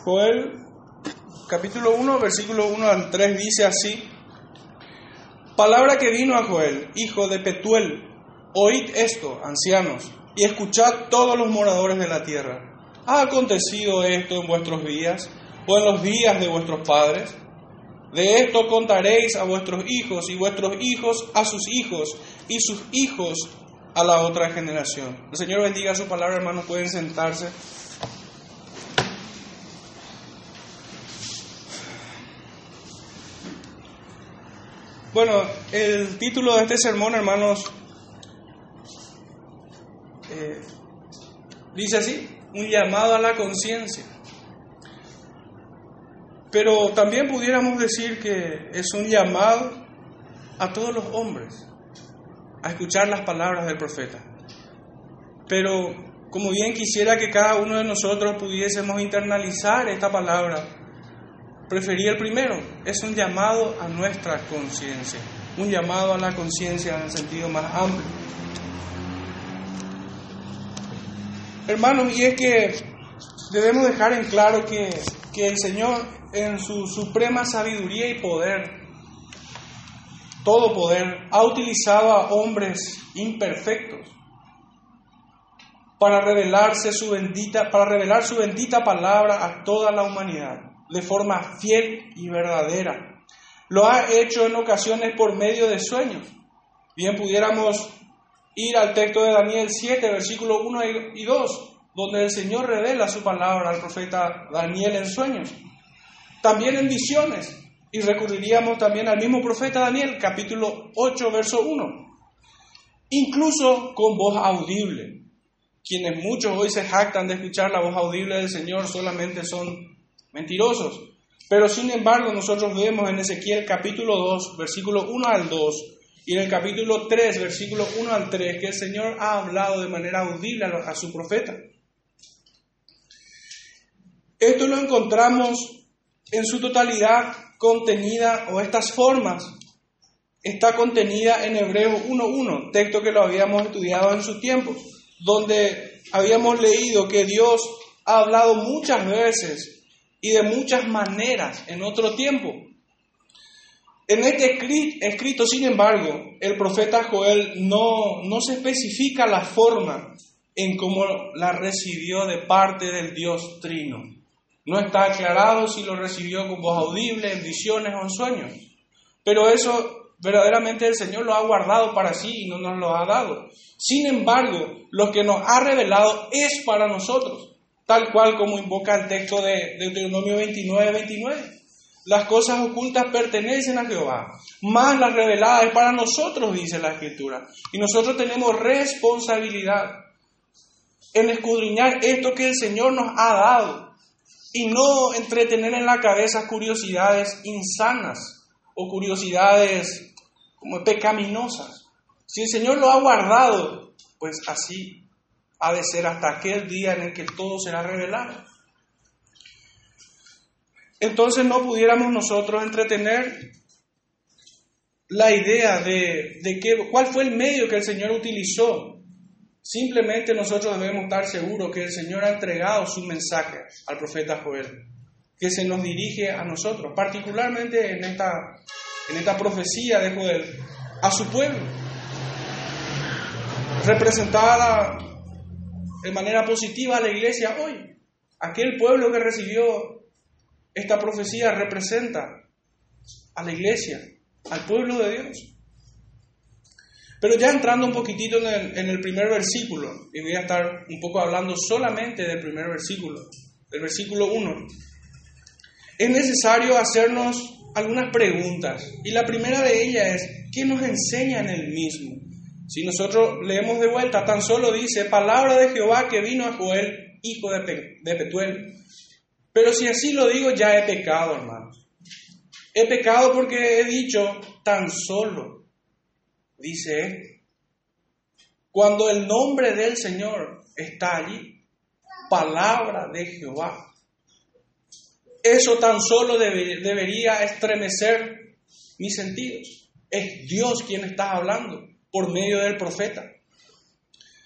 Joel, capítulo 1, versículo 1 al 3, dice así: Palabra que vino a Joel, hijo de Petuel, oíd esto, ancianos, y escuchad todos los moradores de la tierra. ¿Ha acontecido esto en vuestros días, o en los días de vuestros padres? De esto contaréis a vuestros hijos, y vuestros hijos a sus hijos, y sus hijos a la otra generación. El Señor bendiga su palabra, hermanos, pueden sentarse. Bueno, el título de este sermón, hermanos, dice así: un llamado a la conciencia. Pero también pudiéramos decir que es un llamado a todos los hombres a escuchar las palabras del profeta. Pero como bien quisiera que cada uno de nosotros pudiésemos internalizar esta palabra, preferí el primero. Es un llamado a nuestra conciencia, un llamado a la conciencia en el sentido más amplio. Hermanos, y es que debemos dejar en claro que el Señor, en su suprema sabiduría y poder, todo poder, ha utilizado a hombres imperfectos para revelar su bendita palabra a toda la humanidad de forma fiel y verdadera. Lo ha hecho en ocasiones por medio de sueños. Bien pudiéramos ir al texto de Daniel 7, versículos 1 y 2, donde el Señor revela su palabra al profeta Daniel en sueños. También en visiones, y recurriríamos también al mismo profeta Daniel, capítulo 8, verso 1. Incluso con voz audible. Quienes muchos hoy se jactan de escuchar la voz audible del Señor solamente son mentirosos. Pero sin embargo nosotros vemos en Ezequiel capítulo 2, versículo 1 al 2, y en el capítulo 3, versículo 1 al 3, que el Señor ha hablado de manera audible a su profeta. Esto lo encontramos en su totalidad contenida, o estas formas, está contenida en Hebreos 1.1, texto que lo habíamos estudiado en su tiempo, donde habíamos leído que Dios ha hablado muchas veces y de muchas maneras en otro tiempo. En este escrito, sin embargo, el profeta Joel no se especifica la forma en cómo la recibió de parte del Dios Trino. No está aclarado si lo recibió con voz audible, en visiones o en sueños. Pero eso verdaderamente el Señor lo ha guardado para sí y no nos lo ha dado. Sin embargo, lo que nos ha revelado es para nosotros, tal cual como invoca el texto de Deuteronomio 29:29. Las cosas ocultas pertenecen a Jehová, mas las reveladas es para nosotros, dice la Escritura. Y nosotros tenemos responsabilidad en escudriñar esto que el Señor nos ha dado y no entretener en la cabeza curiosidades insanas o curiosidades como pecaminosas. Si el Señor lo ha guardado, pues así ha de ser hasta aquel día en el que todo será revelado. Entonces no pudiéramos nosotros entretener la idea de cuál fue el medio que el Señor utilizó. Simplemente nosotros debemos estar seguros que el Señor ha entregado su mensaje al profeta Joel, que se nos dirige a nosotros, particularmente en esta profecía de Joel, a su pueblo, representada de manera positiva a la iglesia hoy. Aquel pueblo que recibió esta profecía representa a la iglesia, al pueblo de Dios. Pero ya entrando un poquitito en el primer versículo, y voy a estar un poco hablando solamente del primer versículo, del versículo 1, es necesario hacernos algunas preguntas. Y la primera de ellas es: ¿qué nos enseña en el mismo? Si nosotros leemos de vuelta, tan solo dice: palabra de Jehová que vino a Joel, hijo de Petuel. Pero si así lo digo, ya he pecado, hermanos. He pecado porque he dicho tan solo. Dice esto. Cuando el nombre del Señor está allí, palabra de Jehová. Eso tan solo debería estremecer mis sentidos. Es Dios quien está hablando por medio del profeta.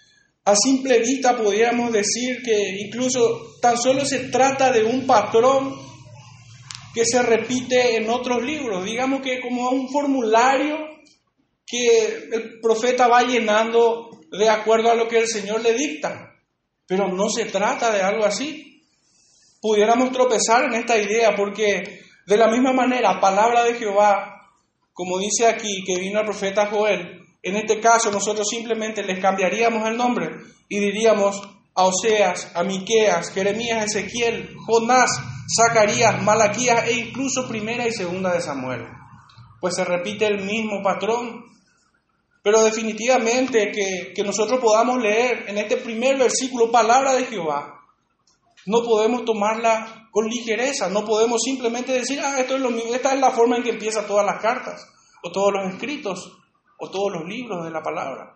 A simple vista pudiéramos decir que incluso tan solo se trata de un patrón que se repite en otros libros. Digamos que como un formulario que el profeta va llenando de acuerdo a lo que el Señor le dicta. Pero no se trata de algo así. Pudiéramos tropezar en esta idea porque de la misma manera, palabra de Jehová, como dice aquí que vino el profeta Joel, en este caso nosotros simplemente les cambiaríamos el nombre y diríamos a Oseas, a Miqueas, Jeremías, Ezequiel, Jonás, Zacarías, Malaquías e incluso primera y segunda de Samuel. Pues se repite el mismo patrón. Pero definitivamente que nosotros podamos leer en este primer versículo palabra de Jehová, no podemos tomarla con ligereza, no podemos simplemente decir, esto es lo mismo, esta es la forma en que empiezan todas las cartas, o todos los escritos, o todos los libros de la palabra.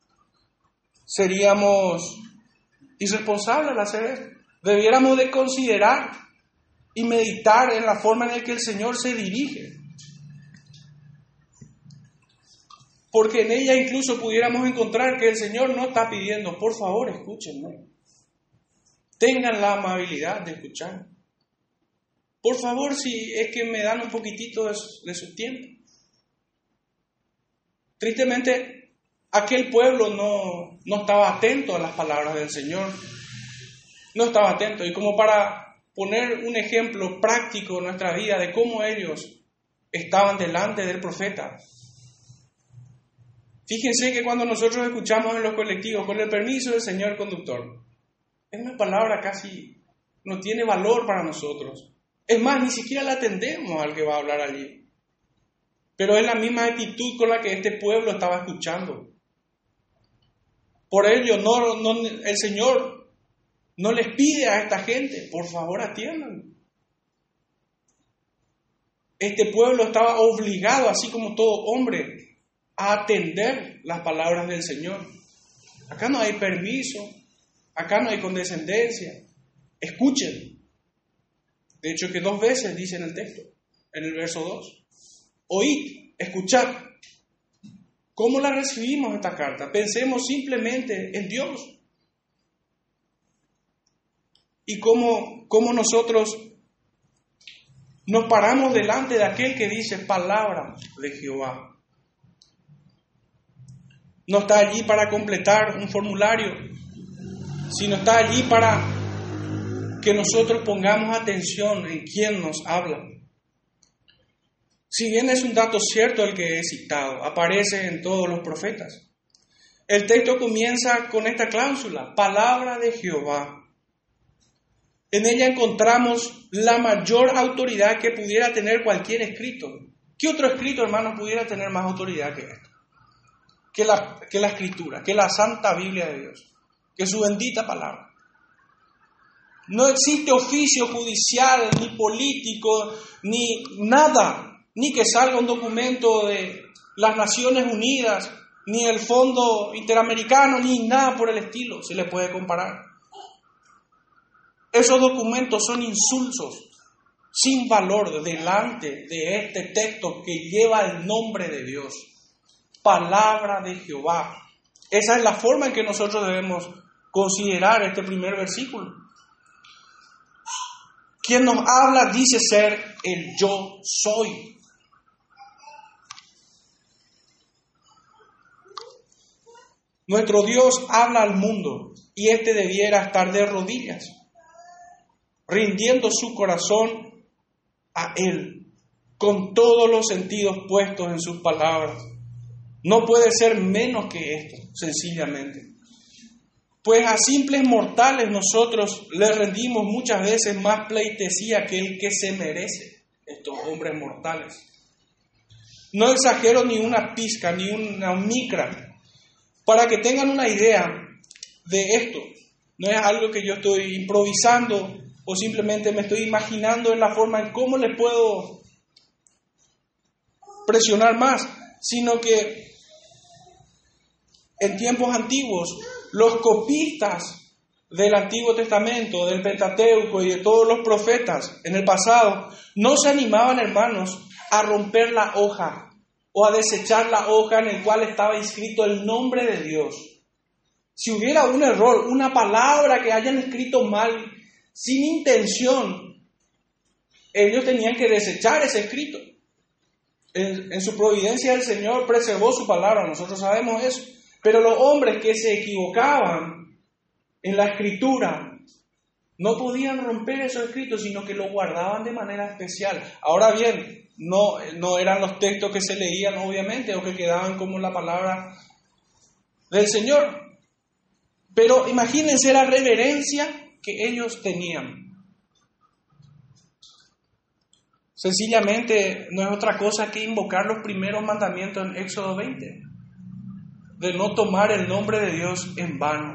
Seríamos irresponsables al hacer eso. Debiéramos de considerar y meditar en la forma en la que el Señor se dirige. Porque en ella incluso pudiéramos encontrar que el Señor no está pidiendo, por favor, escúchenme. Tengan la amabilidad de escuchar. Por favor, si es que me dan un poquitito de su tiempo. Tristemente, aquel pueblo no estaba atento a las palabras del Señor. No estaba atento. Y como para poner un ejemplo práctico en nuestra vida de cómo ellos estaban delante del profeta. Fíjense que cuando nosotros escuchamos en los colectivos, con el permiso del señor conductor, es una palabra casi no tiene valor para nosotros. Es más, ni siquiera la atendemos al que va a hablar allí. Pero es la misma actitud con la que este pueblo estaba escuchando. Por ello, el Señor no les pide a esta gente, por favor atiendan. Este pueblo estaba obligado, así como todo hombre, a atender las palabras del Señor. Acá no hay permiso, acá no hay condescendencia. Escuchen. De hecho, que 2 veces dice en el texto, en el verso 2. Oíd, escuchad. ¿Cómo la recibimos esta carta? Pensemos simplemente en Dios. Y cómo nosotros nos paramos delante de aquel que dice palabra de Jehová. No está allí para completar un formulario, sino está allí para que nosotros pongamos atención en quién nos habla. Si bien es un dato cierto el que he citado, aparece en todos los profetas. El texto comienza con esta cláusula, palabra de Jehová. En ella encontramos la mayor autoridad que pudiera tener cualquier escrito. ¿Qué otro escrito, hermanos, pudiera tener más autoridad que esto? Que la Escritura, que la Santa Biblia de Dios, que su bendita palabra. No existe oficio judicial, ni político, ni nada, ni que salga un documento de las Naciones Unidas, ni el Fondo Interamericano, ni nada por el estilo se le puede comparar. Esos documentos son insulsos, sin valor, delante de este texto que lleva el nombre de Dios. Palabra de Jehová. Esa es la forma en que nosotros debemos considerar este primer versículo. Quien nos habla dice ser el yo soy. Nuestro Dios habla al mundo y éste debiera estar de rodillas, rindiendo su corazón a Él, con todos los sentidos puestos en sus palabras. No puede ser menos que esto, sencillamente. Pues a simples mortales nosotros le rendimos muchas veces más pleitesía que el que se merece, estos hombres mortales. No exagero ni una pizca, ni una micra, para que tengan una idea de esto. No es algo que yo estoy improvisando o simplemente me estoy imaginando en la forma en cómo les puedo presionar más, sino que en tiempos antiguos, los copistas del Antiguo Testamento, del Pentateuco y de todos los profetas en el pasado, no se animaban, hermanos, a romper la hoja o a desechar la hoja en la cual estaba inscrito el nombre de Dios. Si hubiera un error, una palabra que hayan escrito mal, sin intención, ellos tenían que desechar ese escrito. En su providencia el Señor preservó su palabra, nosotros sabemos eso. Pero los hombres que se equivocaban en la escritura no podían romper esos escritos, sino que los guardaban de manera especial. Ahora bien, no eran los textos que se leían, obviamente, o que quedaban como la palabra del Señor. Pero imagínense la reverencia que ellos tenían. Sencillamente no es otra cosa que invocar los primeros mandamientos en Éxodo 20, de no tomar el nombre de Dios en vano.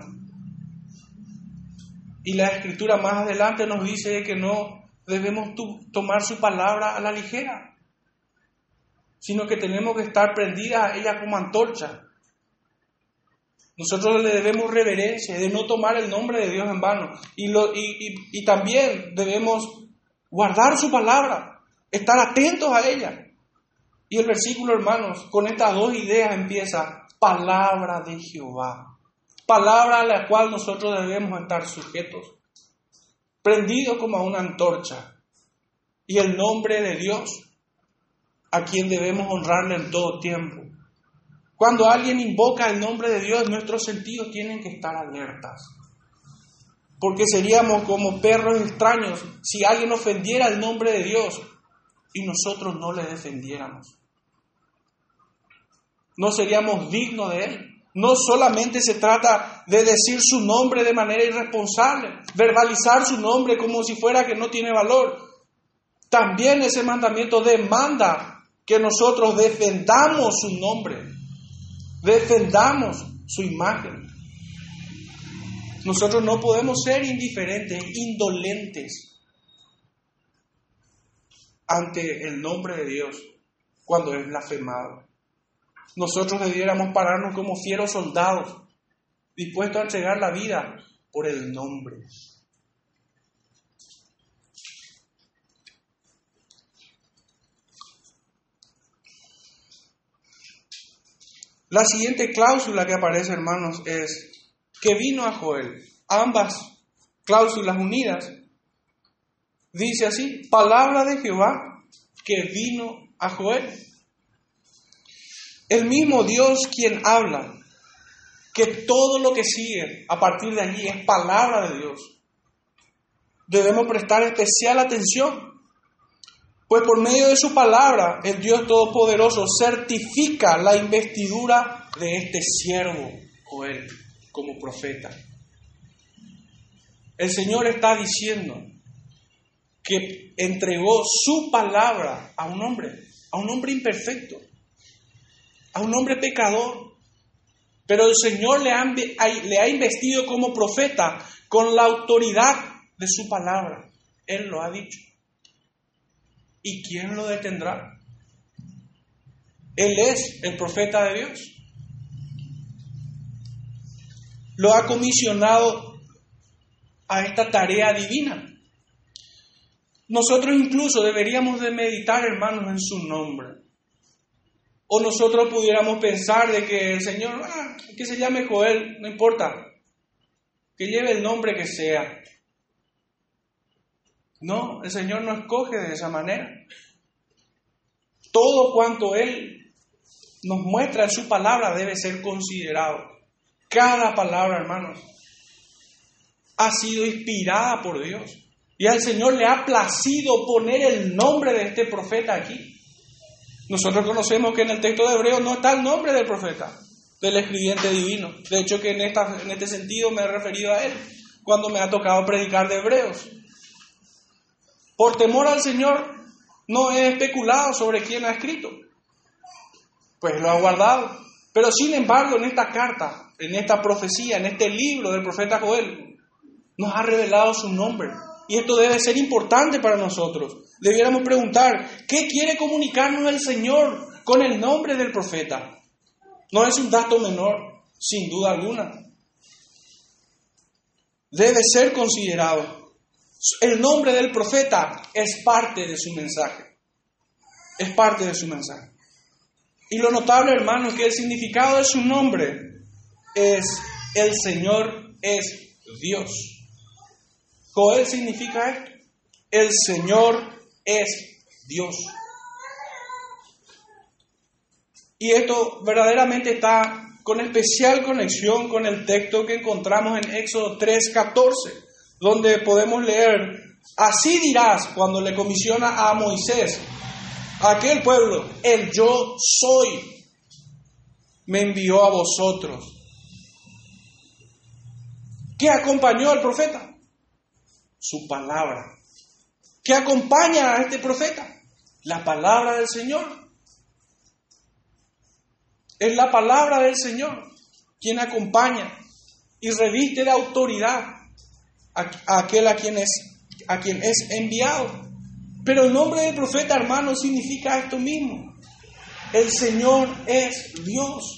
Y la Escritura más adelante nos dice que no debemos tomar su palabra a la ligera, sino que tenemos que estar prendidas a ella como antorcha. Nosotros le debemos reverencia de no tomar el nombre de Dios en vano. Y también debemos guardar su palabra, estar atentos a ella. Y el versículo, hermanos, con estas dos ideas empieza: palabra de Jehová. Palabra a la cual nosotros debemos estar sujetos, prendidos como a una antorcha. Y el nombre de Dios, a quien debemos honrarle en todo tiempo. Cuando alguien invoca el nombre de Dios, nuestros sentidos tienen que estar alertas. Porque seríamos como perros extraños si alguien ofendiera el nombre de Dios y nosotros no le defendiéramos. No seríamos dignos de Él. No solamente se trata de decir su nombre de manera irresponsable, verbalizar su nombre como si fuera que no tiene valor. También ese mandamiento demanda que nosotros defendamos su nombre, defendamos su imagen. Nosotros no podemos ser indiferentes, indolentes ante el nombre de Dios cuando es blasfemado. Nosotros debiéramos pararnos como fieros soldados, dispuestos a entregar la vida por el nombre. La siguiente cláusula que aparece, hermanos, es que vino a Joel. Ambas cláusulas unidas. Dice así: palabra de Jehová que vino a Joel. El mismo Dios quien habla, que todo lo que sigue a partir de allí es palabra de Dios. Debemos prestar especial atención, pues por medio de su palabra, el Dios Todopoderoso certifica la investidura de este siervo, Joel, como profeta. El Señor está diciendo que entregó su palabra a un hombre imperfecto, a un hombre pecador. Pero el Señor le ha investido como profeta con la autoridad de su palabra. Él lo ha dicho. ¿Y quién lo detendrá? Él es el profeta de Dios. Lo ha comisionado a esta tarea divina. Nosotros incluso deberíamos de meditar, hermanos, en su nombre. O nosotros pudiéramos pensar de que el Señor, que se llame Joel, no importa, que lleve el nombre que sea. No, el Señor no escoge de esa manera. Todo cuanto Él nos muestra en su palabra debe ser considerado. Cada palabra, hermanos, ha sido inspirada por Dios. Y al Señor le ha placido poner el nombre de este profeta aquí. Nosotros conocemos que en el texto de Hebreos no está el nombre del profeta, del escribiente divino. De hecho, que en este sentido me he referido a él cuando me ha tocado predicar de Hebreos. Por temor al Señor no he especulado sobre quién ha escrito, pues lo ha guardado. Pero sin embargo, en esta carta, en esta profecía, en este libro del profeta Joel, nos ha revelado su nombre. Y esto debe ser importante para nosotros. Debiéramos preguntar, ¿qué quiere comunicarnos el Señor con el nombre del profeta? No es un dato menor, sin duda alguna. Debe ser considerado. El nombre del profeta es parte de su mensaje. Es parte de su mensaje. Y lo notable, hermanos, es que el significado de su nombre es El Señor es Dios. Joel significa esto. El Señor es Dios. Y esto verdaderamente está con especial conexión con el texto que encontramos en Éxodo 3:14, donde podemos leer: así dirás cuando le comisiona a Moisés, a aquel pueblo, el yo soy me envió a vosotros. ¿Qué acompañó al profeta? Su palabra. ¿Qué acompaña a este profeta? La palabra del Señor. Es la palabra del Señor quien acompaña y reviste de autoridad a aquel a quien es enviado. Pero el nombre del profeta, hermano, significa esto mismo. El Señor es Dios.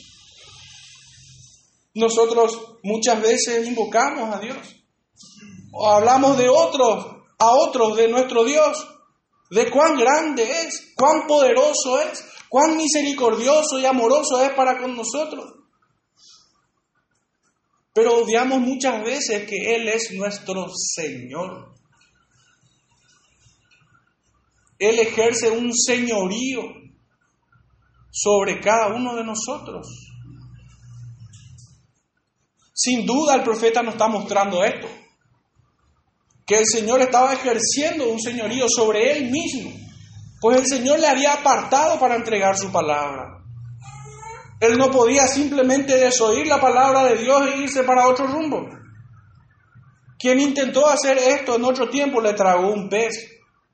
Nosotros muchas veces invocamos a Dios, o hablamos de otros de nuestro Dios, de cuán grande es, cuán poderoso es, cuán misericordioso y amoroso es para con nosotros. Pero odiamos muchas veces que Él es nuestro Señor. Él ejerce un señorío sobre cada uno de nosotros. Sin duda el profeta nos está mostrando esto, que el Señor estaba ejerciendo un señorío sobre Él mismo, pues el Señor le había apartado para entregar su palabra. Él no podía simplemente desoír la palabra de Dios e irse para otro rumbo. Quien intentó hacer esto en otro tiempo le tragó un pez,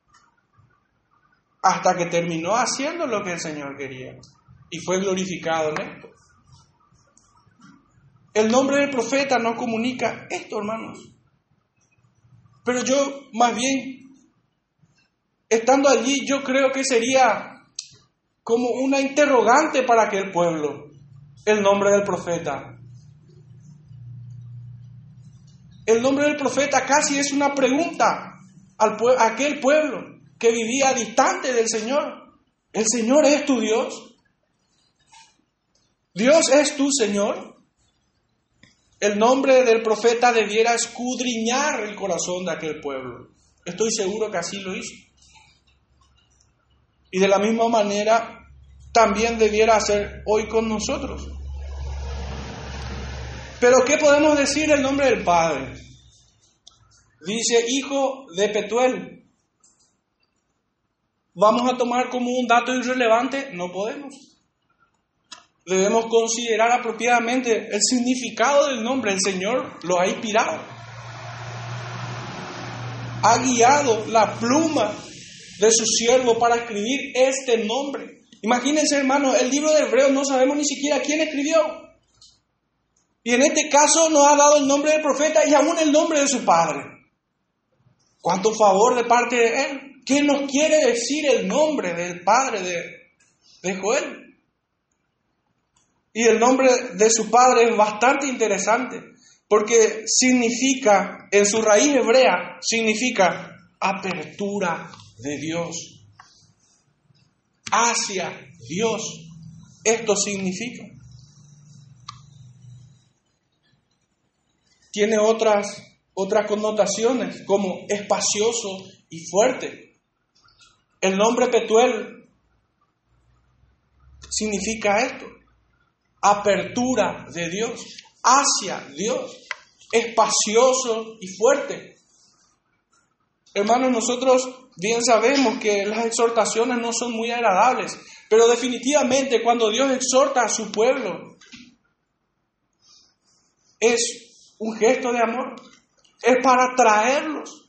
hasta que terminó haciendo lo que el Señor quería y fue glorificado en esto. El nombre del profeta nos comunica esto, hermanos. Pero yo, más bien, estando allí, yo creo que sería como una interrogante para aquel pueblo, el nombre del profeta. El nombre del profeta casi es una pregunta a aquel pueblo que vivía distante del Señor. ¿El Señor es tu Dios? ¿Dios es tu Señor? El nombre del profeta debiera escudriñar el corazón de aquel pueblo. Estoy seguro que así lo hizo. Y de la misma manera también debiera hacer hoy con nosotros. Pero ¿qué podemos decir del nombre del Padre? Dice hijo de Petuel. ¿Vamos a tomar como un dato irrelevante? No podemos. Debemos considerar apropiadamente el significado del nombre. El Señor lo ha inspirado. Ha guiado la pluma de su siervo para escribir este nombre. Imagínense, hermanos, el libro de Hebreos no sabemos ni siquiera quién escribió. Y en este caso nos ha dado el nombre del profeta y aún el nombre de su padre. ¿Cuánto favor de parte de él? ¿Qué nos quiere decir el nombre del padre de Joel? Y el nombre de su padre es bastante interesante, porque significa, en su raíz hebrea, significa apertura de Dios. Hacia Dios. Esto significa. Tiene otras connotaciones, como espacioso y fuerte. El nombre Petuel significa esto. Apertura de Dios, hacia Dios, espacioso y fuerte. Hermanos, nosotros bien sabemos que las exhortaciones no son muy agradables, pero definitivamente cuando Dios exhorta a su pueblo, es un gesto de amor, es para traerlos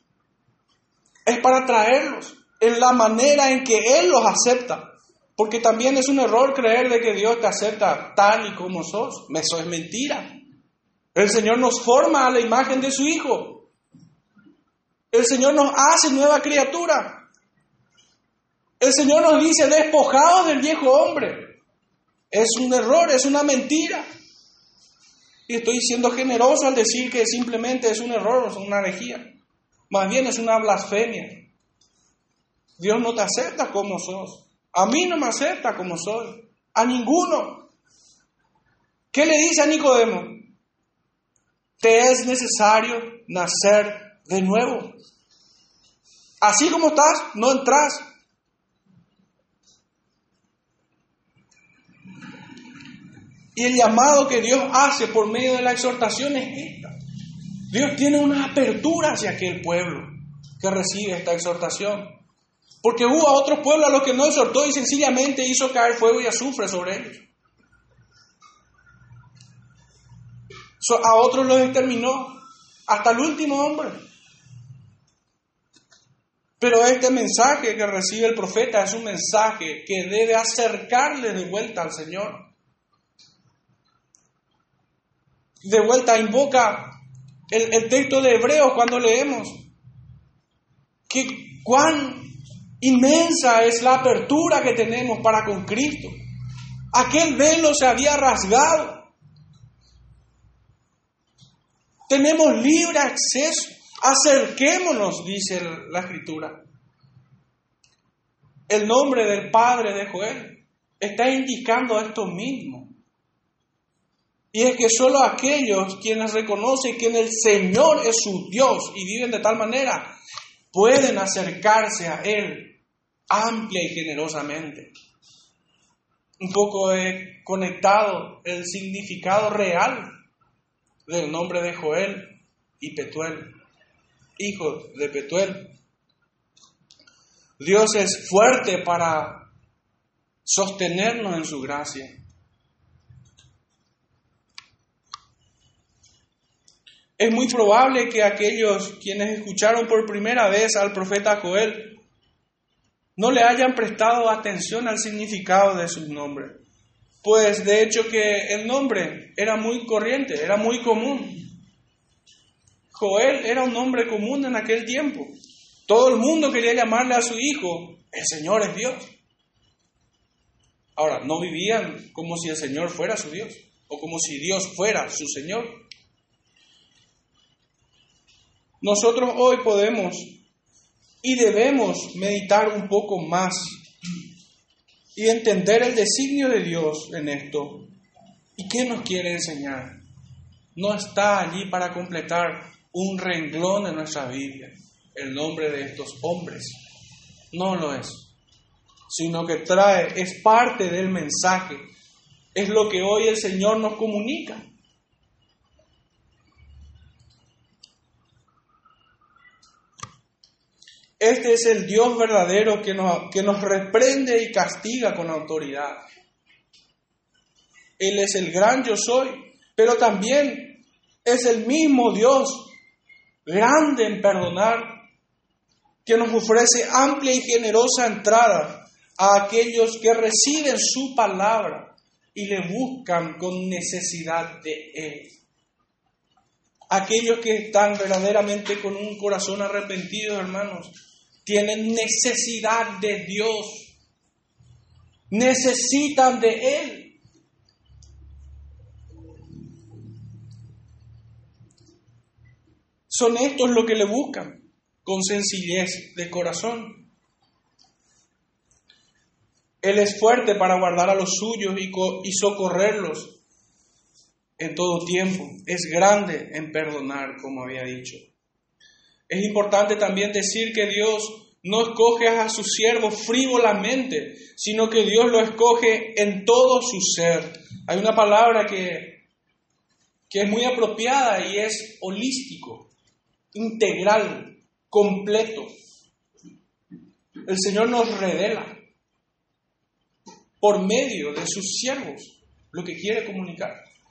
en la manera en que Él los acepta. Porque también es un error creer de que Dios te acepta tal y como sos. Eso es mentira. El Señor nos forma a la imagen de su Hijo. El Señor nos hace nueva criatura. El Señor nos dice, despojados del viejo hombre. Es un error, es una mentira. Y estoy siendo generoso al decir que simplemente es un error, es una herejía. Más bien es una blasfemia. Dios no te acepta como sos. A mí no me acepta como soy. A ninguno. ¿Qué le dice a Nicodemo? Te es necesario nacer de nuevo. Así como estás, no entras. Y el llamado que Dios hace por medio de la exhortación es esta. Dios tiene una apertura hacia aquel pueblo que recibe esta exhortación. Porque hubo a otros pueblos a los que no exhortó y sencillamente hizo caer fuego y azufre sobre ellos. A otros los exterminó, hasta el último hombre. Pero este mensaje que recibe el profeta es un mensaje que debe acercarle de vuelta al Señor. De vuelta invoca el texto de Hebreos cuando leemos que cuán inmensa es la apertura que tenemos para con Cristo. Aquel velo se había rasgado. Tenemos libre acceso. Acerquémonos, dice la Escritura. El nombre del padre de Joel está indicando esto mismo. Y es que solo aquellos quienes reconocen que el Señor es su Dios y viven de tal manera, pueden acercarse a Él amplia y generosamente. Un poco he conectado el significado real del nombre de Joel y Petuel, hijo de Petuel. Dios es fuerte para sostenernos en su gracia. Es muy probable que aquellos quienes escucharon por primera vez al profeta Joel no le hayan prestado atención al significado de su nombre. Pues de hecho que el nombre era muy corriente, era muy común. Joel era un nombre común en aquel tiempo. Todo el mundo quería llamarle a su hijo, el Señor es Dios. Ahora, no vivían como si el Señor fuera su Dios, o como si Dios fuera su Señor. Nosotros hoy podemos y debemos meditar un poco más y entender el designio de Dios en esto. ¿Y qué nos quiere enseñar? No está allí para completar un renglón en nuestra Biblia, el nombre de estos hombres. No lo es, sino que es parte del mensaje. Es lo que hoy el Señor nos comunica. Este es el Dios verdadero que nos reprende y castiga con autoridad. Él es el gran yo soy, pero también es el mismo Dios, grande en perdonar, que nos ofrece amplia y generosa entrada a aquellos que reciben su palabra y le buscan con necesidad de Él. Aquellos que están verdaderamente con un corazón arrepentido, hermanos, tienen necesidad de Dios, necesitan de Él. Son estos los que le buscan con sencillez de corazón. Él es fuerte para guardar a los suyos y socorrerlos en todo tiempo. Es grande en perdonar, como había dicho. Es importante también decir que Dios no escoge a sus siervos frívolamente, sino que Dios lo escoge en todo su ser. Hay una palabra que es muy apropiada y es holístico, integral, completo. El Señor nos revela por medio de sus siervos lo que quiere comunicar.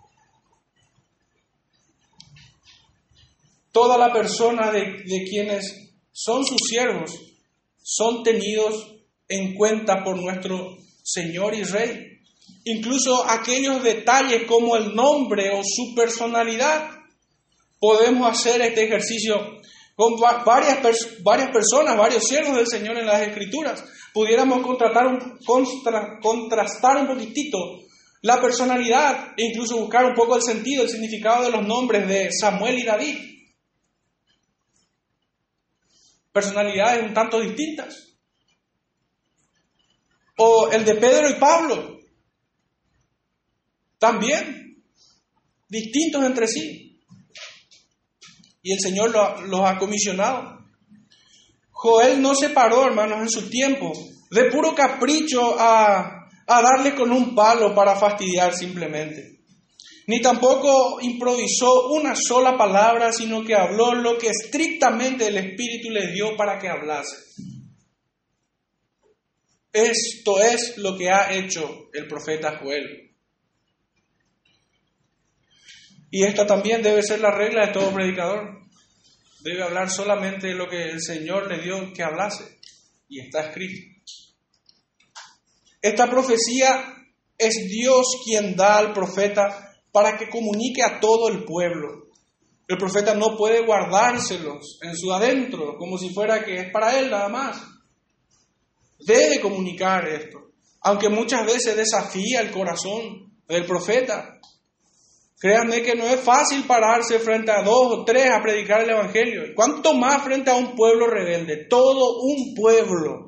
Toda la persona de quienes son sus siervos son tenidos en cuenta por nuestro Señor y Rey. Incluso aquellos detalles como el nombre o su personalidad. Podemos hacer este ejercicio con varias personas, varios siervos del Señor en las Escrituras. Pudiéramos contrastar un poquitito la personalidad e incluso buscar un poco el sentido, el significado de los nombres de Samuel y David. Personalidades un tanto distintas. O el de Pedro y Pablo. También distintos entre sí. y el Señor los ha comisionado. Joel no se paró, hermanos, en su tiempo, de puro capricho a darle con un palo para fastidiar simplemente. Ni tampoco improvisó una sola palabra, sino que habló lo que estrictamente el Espíritu le dio para que hablase. Esto es lo que ha hecho el profeta Joel. Y esta también debe ser la regla de todo predicador. Debe hablar solamente de lo que el Señor le dio que hablase. Y está escrito. Esta profecía es Dios quien da al profeta para que comunique a todo el pueblo. El profeta no puede guardárselos en su adentro, como si fuera que es para él nada más. Debe comunicar esto, aunque muchas veces desafía el corazón del profeta. Créanme que no es fácil pararse frente a 2 o 3 a predicar el Evangelio. ¿Cuánto más frente a un pueblo rebelde? Todo un pueblo.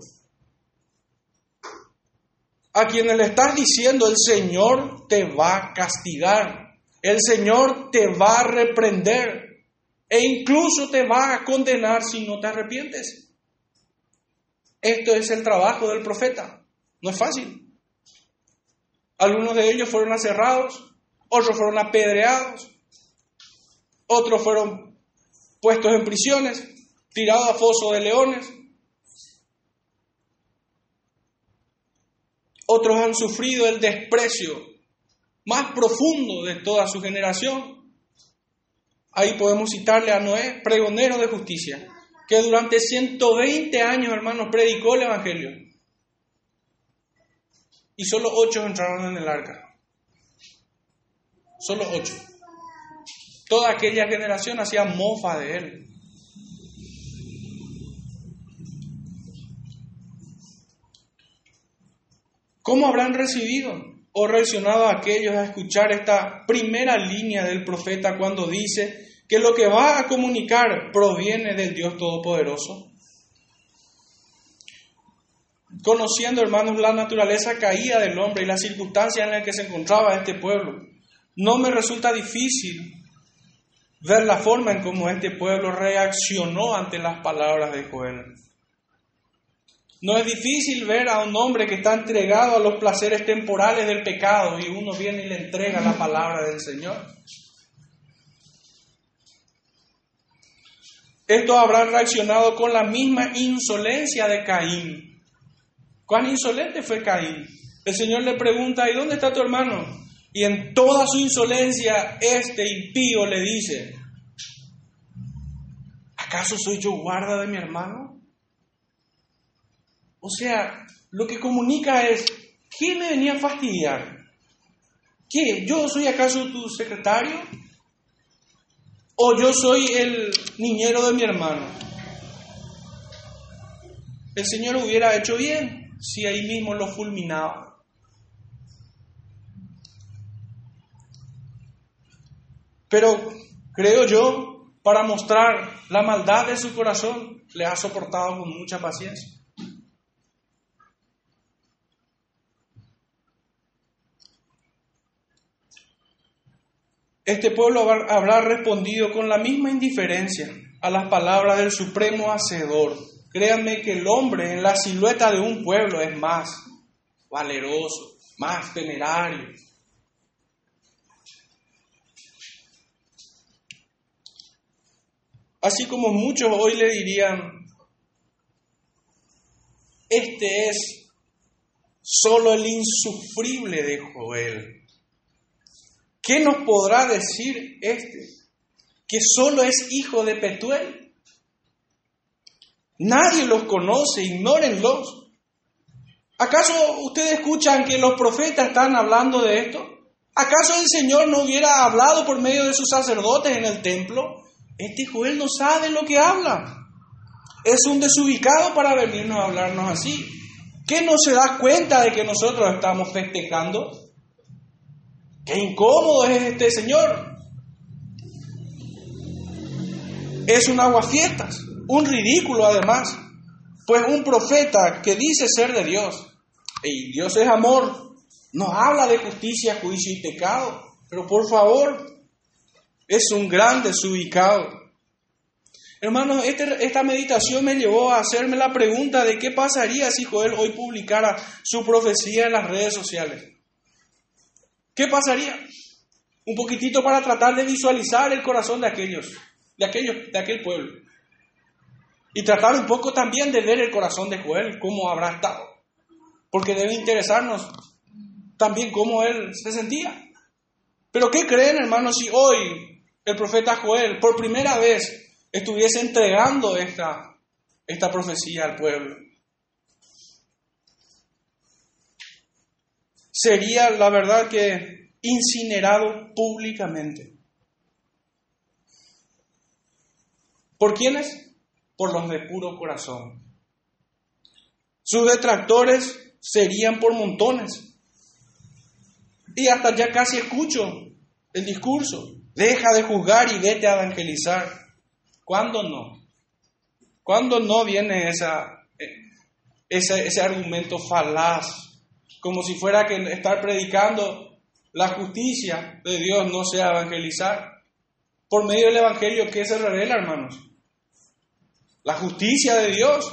A quienes le estás diciendo, el Señor te va a castigar. El Señor te va a reprender. E incluso te va a condenar si no te arrepientes. Esto es el trabajo del profeta. No es fácil. Algunos de ellos fueron aserrados. Otros fueron apedreados, otros fueron puestos en prisiones, tirados a foso de leones, otros han sufrido el desprecio más profundo de toda su generación. Ahí podemos citarle a Noé, pregonero de justicia, que durante 120 años, hermanos, predicó el Evangelio. Y solo 8 entraron en el arca. Solo 8. Toda aquella generación hacía mofa de él. ¿Cómo habrán recibido o reaccionado aquellos a escuchar esta primera línea del profeta cuando dice que lo que va a comunicar proviene del Dios Todopoderoso? Conociendo, hermanos, la naturaleza caída del hombre y las circunstancias en las que se encontraba este pueblo, no me resulta difícil ver la forma en cómo este pueblo reaccionó ante las palabras de Joel. No es difícil ver a un hombre que está entregado a los placeres temporales del pecado y uno viene y le entrega la palabra del Señor. Estos habrán reaccionado con la misma insolencia de Caín. ¿Cuán insolente fue Caín? El Señor le pregunta, ¿y dónde está tu hermano? Y en toda su insolencia, este impío le dice, ¿acaso soy yo guarda de mi hermano? O sea, lo que comunica es, ¿quién me venía a fastidiar? ¿Qué? ¿Yo soy acaso tu secretario? ¿O yo soy el niñero de mi hermano? El Señor hubiera hecho bien si ahí mismo lo fulminaba. Pero creo yo, para mostrar la maldad de su corazón, le ha soportado con mucha paciencia. Este pueblo habrá respondido con la misma indiferencia a las palabras del Supremo Hacedor. Créanme que el hombre en la silueta de un pueblo es más valeroso, más temerario. Así como muchos hoy le dirían, este es solo el insufrible de Joel. ¿Qué nos podrá decir este? ¿Que solo es hijo de Petuel? Nadie los conoce, ignórenlos. ¿Acaso ustedes escuchan que los profetas están hablando de esto? ¿Acaso el Señor no hubiera hablado por medio de sus sacerdotes en el templo? Este Joel no sabe lo que habla. Es un desubicado para venirnos a hablarnos así. ¿Qué no se da cuenta de que nosotros estamos festejando? ¡Qué incómodo es este señor! Es un aguafiestas, un ridículo además, pues un profeta que dice ser de Dios, y Dios es amor, nos habla de justicia, juicio y pecado, pero por favor, es un gran desubicado. Hermanos, esta meditación me llevó a hacerme la pregunta de qué pasaría si Joel hoy publicara su profecía en las redes sociales. ¿Qué pasaría? Un poquitito para tratar de visualizar el corazón de aquel pueblo. Y tratar un poco también de ver el corazón de Joel, cómo habrá estado. Porque debe interesarnos también cómo él se sentía. Pero ¿qué creen, hermanos, si hoy el profeta Joel por primera vez estuviese entregando esta profecía al pueblo? Sería, la verdad, que incinerado públicamente. ¿Por quiénes? Por los de puro corazón. Sus detractores serían por montones. Y hasta ya casi escucho el discurso. Deja de juzgar y vete a evangelizar. ¿Cuándo no? ¿Cuándo no viene ese argumento falaz? Como si fuera que estar predicando la justicia de Dios no sea evangelizar. Por medio del evangelio, ¿qué se revela, hermanos? La justicia de Dios.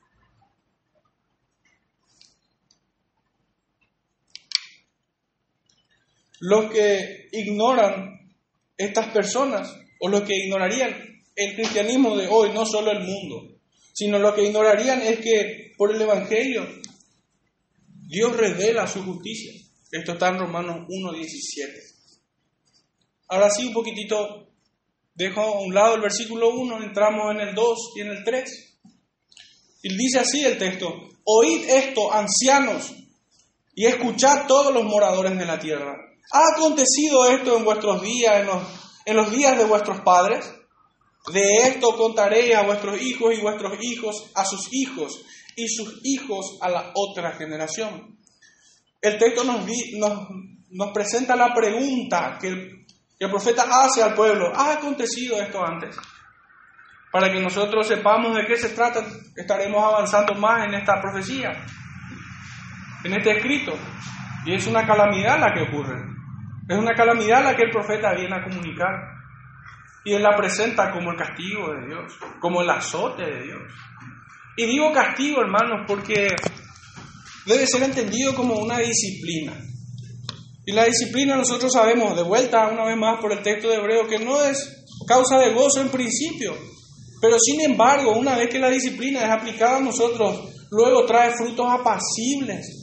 Los que ignoran estas personas, o los que ignorarían el cristianismo de hoy, no solo el mundo, sino lo que ignorarían es que por el evangelio Dios revela su justicia. Esto está en Romanos 1:17. Ahora sí, un poquitito, dejo a un lado el versículo 1, entramos en el 2 y en el 3. Y dice así el texto: oíd esto, ancianos, y escuchad todos los moradores de la tierra. ¿Ha acontecido esto en vuestros días, en los días de vuestros padres? De esto contaréis a vuestros hijos y vuestros hijos a sus hijos y sus hijos a la otra generación. El texto nos presenta la pregunta que el profeta hace al pueblo. ¿Ha acontecido esto antes? Para que nosotros sepamos de qué se trata, estaremos avanzando más en esta profecía, en este escrito. Y es una calamidad la que ocurre. Es una calamidad la que el profeta viene a comunicar. Y él la presenta como el castigo de Dios, como el azote de Dios. Y digo castigo, hermanos, porque debe ser entendido como una disciplina. Y la disciplina nosotros sabemos, de vuelta una vez más por el texto de Hebreo, que no es causa de gozo en principio. Pero sin embargo, una vez que la disciplina es aplicada a nosotros, luego trae frutos apacibles.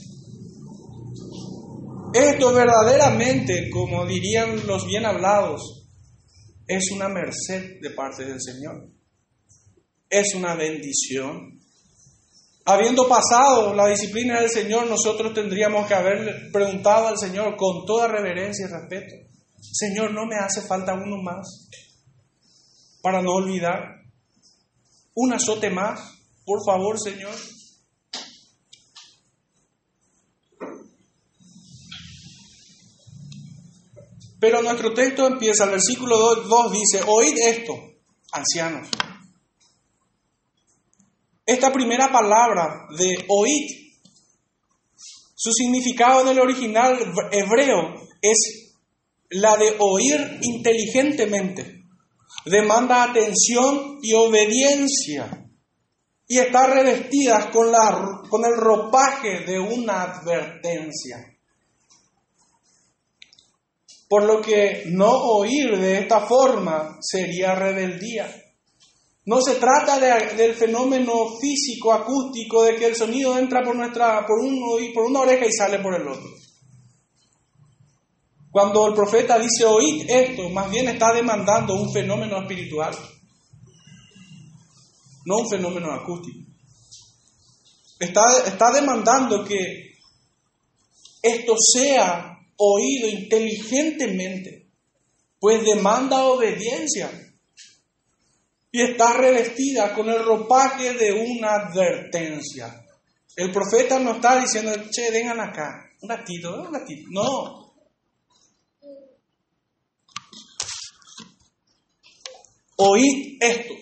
Esto verdaderamente, como dirían los bien hablados, es una merced de parte del Señor. Es una bendición. Habiendo pasado la disciplina del Señor, nosotros tendríamos que haberle preguntado al Señor con toda reverencia y respeto: Señor, ¿no me hace falta uno más para no olvidar? ¿Un azote más? Por favor, Señor. Pero nuestro texto empieza, el versículo 2 dice: oíd esto, ancianos. Esta primera palabra de oíd, su significado en el original hebreo es la de oír inteligentemente. Demanda atención y obediencia. Y está revestida con el ropaje de una advertencia. Por lo que no oír de esta forma sería rebeldía. No se trata del fenómeno físico, acústico, de que el sonido entra por una oreja y sale por el otro. Cuando el profeta dice oíd esto, más bien está demandando un fenómeno espiritual, no un fenómeno acústico. Está demandando que esto sea oído inteligentemente, pues demanda obediencia y está revestida con el ropaje de una advertencia. El profeta no está diciendo: che, vengan acá, un ratito. No. Oíd esto.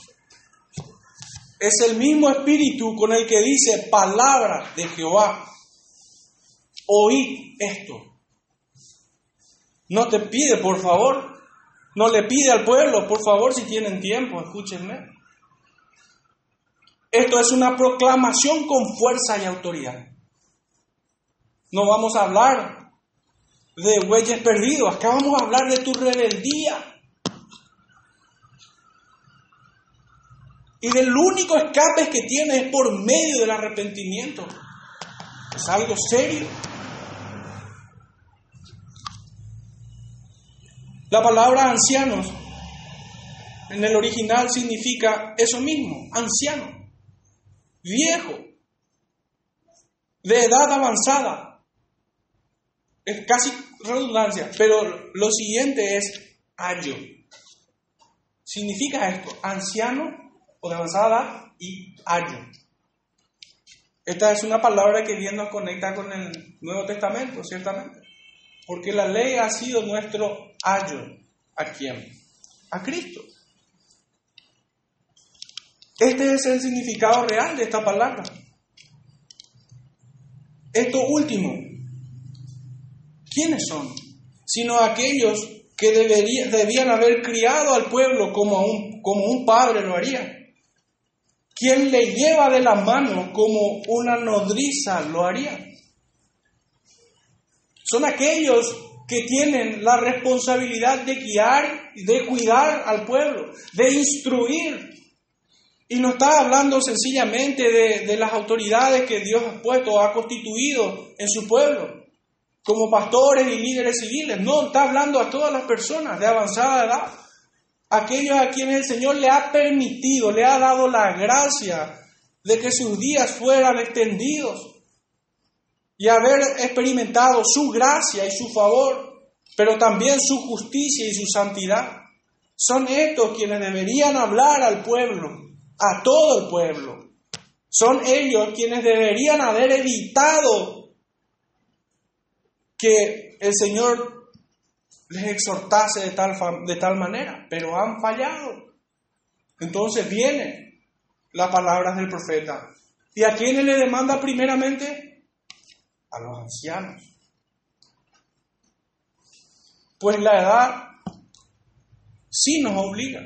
Es el mismo espíritu con el que dice palabra de Jehová. Oíd esto. No te pide, por favor, No le pide al pueblo, por favor, si tienen tiempo, escúchenme. Esto es una proclamación con fuerza y autoridad. No vamos a hablar de bueyes perdidos, acá vamos a hablar de tu rebeldía. Y del único escape que tienes es por medio del arrepentimiento. Es algo serio. La palabra ancianos en el original significa eso mismo, anciano, viejo, de edad avanzada. Es casi redundancia, pero lo siguiente es ayo. Significa esto, anciano o de avanzada edad y ayo. Esta es una palabra que bien nos conecta con el Nuevo Testamento, ciertamente. Porque la ley ha sido nuestro ayo. ¿A quién? A Cristo. Este es el significado real de esta palabra. Esto último, ¿quiénes son? Sino aquellos que debían haber criado al pueblo como un padre lo haría. Quien le lleva de la mano como una nodriza lo haría. Son aquellos que tienen la responsabilidad de guiar, de cuidar al pueblo, de instruir. Y no está hablando sencillamente de las autoridades que Dios ha puesto o ha constituido en su pueblo, como pastores y líderes civiles. No, está hablando a todas las personas de avanzada edad. Aquellos a quienes el Señor le ha permitido, le ha dado la gracia de que sus días fueran extendidos y haber experimentado su gracia y su favor, pero también su justicia y su santidad. Son estos quienes deberían hablar al pueblo, a todo el pueblo. Son ellos quienes deberían haber evitado que el Señor les exhortase de tal manera, pero han fallado. Entonces vienen las palabras del profeta. ¿Y a quiénes le demanda primeramente? A los ancianos. Pues la edad sí nos obliga.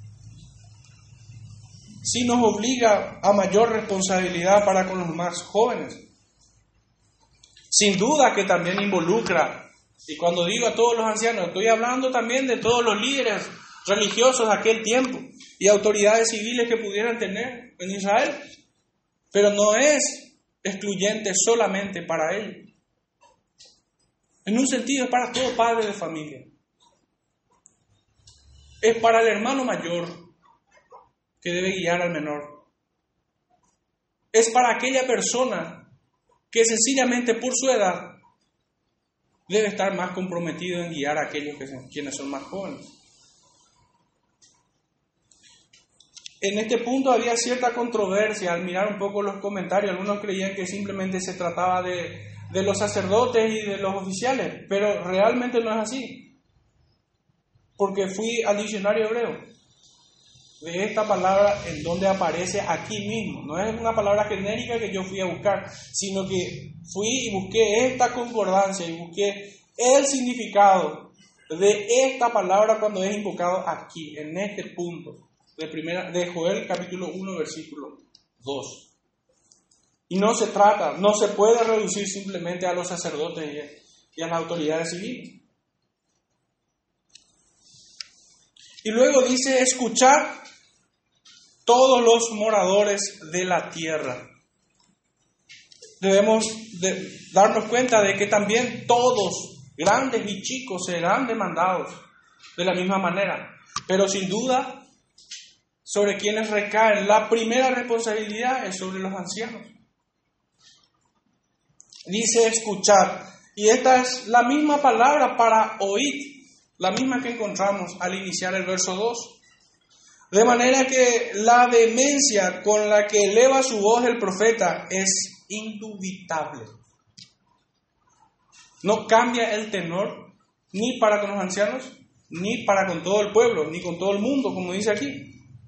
Sí nos obliga a mayor responsabilidad para con los más jóvenes. Sin duda que también involucra, y cuando digo a todos los ancianos, estoy hablando también de todos los líderes religiosos de aquel tiempo y autoridades civiles que pudieran tener en Israel. Pero no es excluyente solamente para ellos. En un sentido es para todo padre de familia. Es para el hermano mayor que debe guiar al menor. Es para aquella persona que sencillamente por su edad debe estar más comprometido en guiar a aquellos quienes son más jóvenes. En este punto había cierta controversia al mirar un poco los comentarios. Algunos creían que simplemente se trataba de los sacerdotes y de los oficiales, pero realmente no es así. Porque fui al diccionario hebreo de esta palabra en donde aparece aquí mismo. No es una palabra genérica que yo fui a buscar, sino que fui y busqué esta concordancia y busqué el significado de esta palabra cuando es invocado aquí, en este punto. De Joel capítulo 1 versículo 2. Y no se puede reducir simplemente a los sacerdotes y a las autoridades civiles. Y luego dice, escuchad todos los moradores de la tierra. Debemos darnos cuenta de que también todos, grandes y chicos, serán demandados de la misma manera. Pero sin duda, sobre quienes recaen la primera responsabilidad es sobre los ancianos. Dice escuchar, y esta es la misma palabra para oír, la misma que encontramos al iniciar el verso 2. De manera que la vehemencia con la que eleva su voz el profeta es indubitable. No cambia el tenor ni para con los ancianos, ni para con todo el pueblo, ni con todo el mundo, como dice aquí.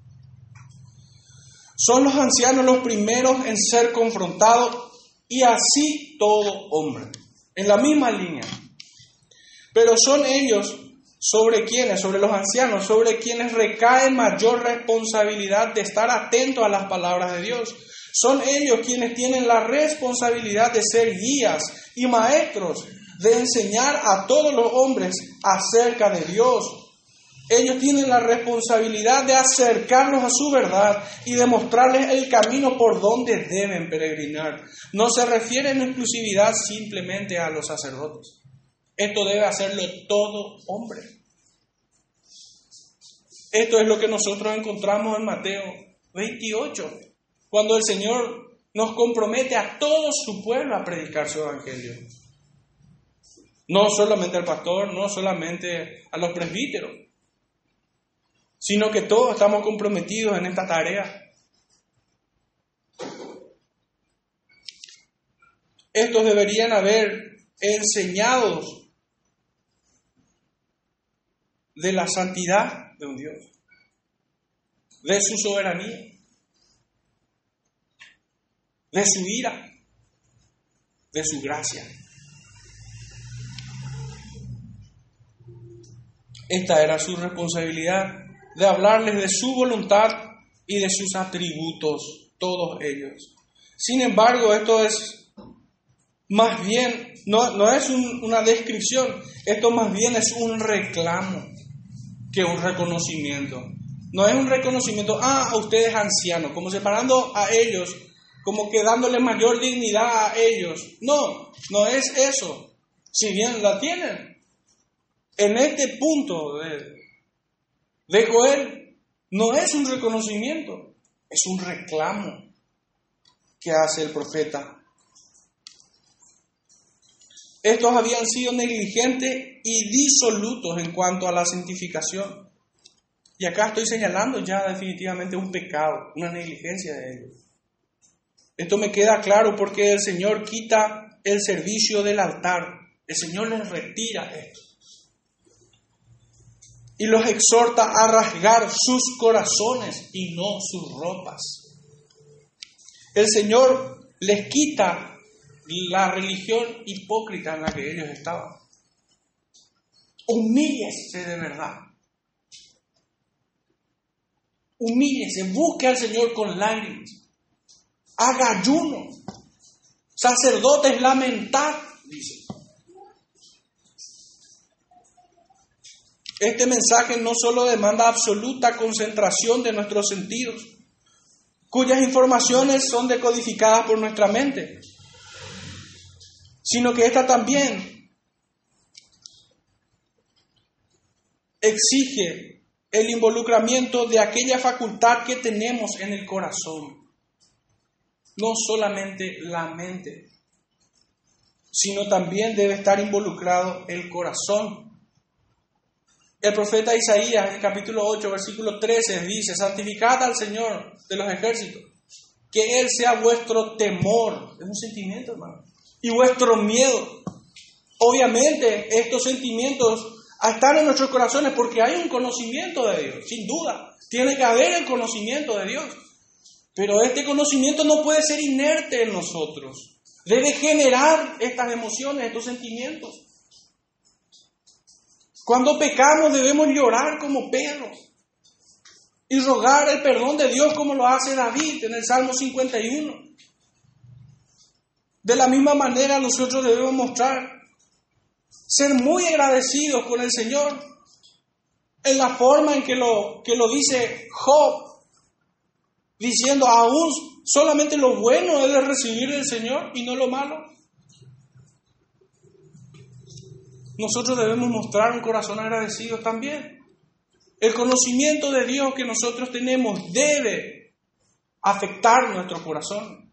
Son los ancianos los primeros en ser confrontados y así todo hombre, en la misma línea. Pero son ellos ¿Sobre quiénes? Sobre los ancianos, sobre quienes recae mayor responsabilidad de estar atentos a las palabras de Dios. Son ellos quienes tienen la responsabilidad de ser guías y maestros, de enseñar a todos los hombres acerca de Dios. Ellos tienen la responsabilidad de acercarlos a su verdad y de mostrarles el camino por donde deben peregrinar. No se refiere en exclusividad simplemente a los sacerdotes. Esto debe hacerlo todo hombre. Esto es lo que nosotros encontramos en Mateo 28, cuando el Señor nos compromete a todo su pueblo a predicar su evangelio. No solamente al pastor, no solamente a los presbíteros, sino que todos estamos comprometidos en esta tarea. Estos deberían haber enseñado de la santidad de un Dios, de su soberanía, de su ira, de su gracia. Esta era su responsabilidad, de hablarles de su voluntad y de sus atributos, todos ellos. Sin embargo, esto es más bien, no es una descripción, esto más bien es un reclamo que un reconocimiento. No es un reconocimiento, a ustedes ancianos, como separando a ellos, como que dándole mayor dignidad a ellos. No es eso. Si bien la tienen. En este punto de Joel, no es un reconocimiento, es un reclamo que hace el profeta. Estos habían sido negligentes y disolutos en cuanto a la santificación. Y acá estoy señalando ya definitivamente un pecado, una negligencia de ellos. Esto me queda claro porque el Señor quita el servicio del altar. El Señor les retira esto. Y los exhorta a rasgar sus corazones y no sus ropas. El Señor les quita la religión hipócrita en la que ellos estaban. Humíllese de verdad. Humíllese, busque al Señor con lágrimas. Haga ayuno. Sacerdotes, lamentad, dice. Este mensaje no solo demanda absoluta concentración de nuestros sentidos, cuyas informaciones son decodificadas por nuestra mente, sino que esta también exige el involucramiento de aquella facultad que tenemos en el corazón. No solamente la mente, sino también debe estar involucrado el corazón. El profeta Isaías, en el capítulo 8, versículo 13, dice: santificad al Señor de los ejércitos, que Él sea vuestro temor. Es un sentimiento, hermano. Y vuestro miedo. Obviamente, estos sentimientos están en nuestros corazones porque hay un conocimiento de Dios, sin duda. Tiene que haber el conocimiento de Dios. Pero este conocimiento no puede ser inerte en nosotros. Debe generar estas emociones, estos sentimientos. Cuando pecamos debemos llorar como Pedro y rogar el perdón de Dios como lo hace David en el Salmo 51. De la misma manera nosotros debemos mostrar ser muy agradecidos con el Señor en la forma en que lo dice Job, diciendo aún solamente lo bueno es de recibir del Señor y no lo malo. Nosotros debemos mostrar un corazón agradecido también. El conocimiento de Dios que nosotros tenemos debe afectar nuestro corazón.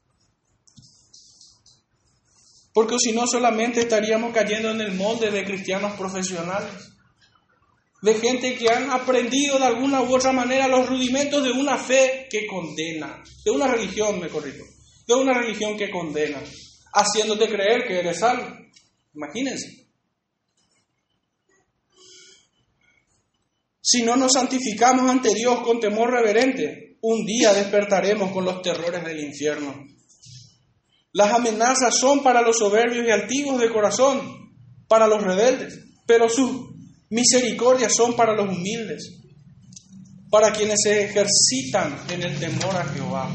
Porque si no, solamente estaríamos cayendo en el molde de cristianos profesionales. De gente que han aprendido de alguna u otra manera los rudimentos de una fe que condena. De una religión, me corrijo. De una religión que condena. Haciéndote creer que eres salvo. Imagínense. Si no nos santificamos ante Dios con temor reverente, un día despertaremos con los terrores del infierno. Las amenazas son para los soberbios y altivos de corazón, para los rebeldes, pero sus misericordia son para los humildes, para quienes se ejercitan en el temor a Jehová.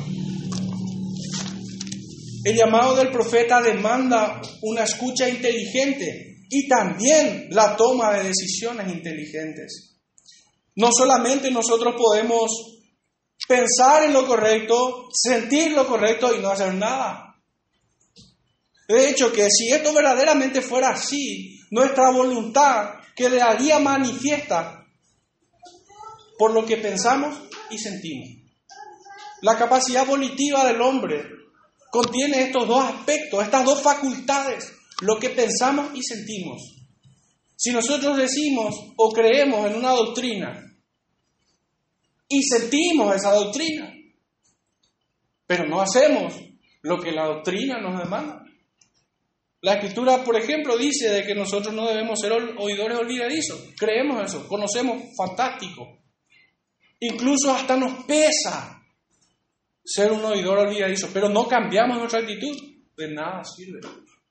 El llamado del profeta demanda una escucha inteligente y también la toma de decisiones inteligentes. No solamente nosotros podemos pensar en lo correcto, sentir lo correcto y no hacer nada. De hecho, que si esto verdaderamente fuera así, nuestra voluntad quedaría manifiesta por lo que pensamos y sentimos. La capacidad volitiva del hombre contiene estos dos aspectos, estas dos facultades, lo que pensamos y sentimos. Si nosotros decimos o creemos en una doctrina y sentimos esa doctrina, pero no hacemos lo que la doctrina nos demanda. La Escritura, por ejemplo, dice de que nosotros no debemos ser oidores olvidadizos. Creemos eso, conocemos, fantástico. Incluso hasta nos pesa ser un oidor olvidadizo, pero no cambiamos nuestra actitud, de nada sirve.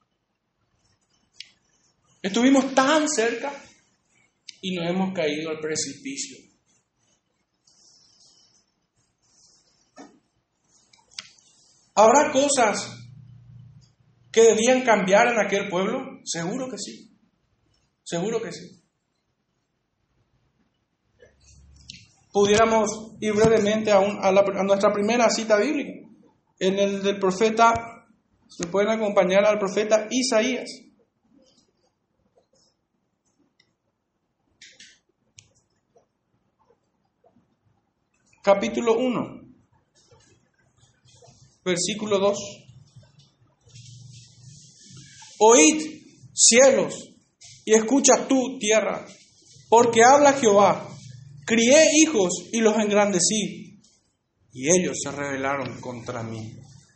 Estuvimos tan cerca y nos hemos caído al precipicio. ¿Habrá cosas que debían cambiar en aquel pueblo? Seguro que sí. Seguro que sí. Pudiéramos ir brevemente a nuestra primera cita bíblica, en el del profeta, se pueden acompañar al profeta Isaías. Capítulo 1, versículo 2. Oíd, cielos, y escucha tú, tierra, porque habla Jehová. Crié hijos y los engrandecí, y ellos se rebelaron contra mí.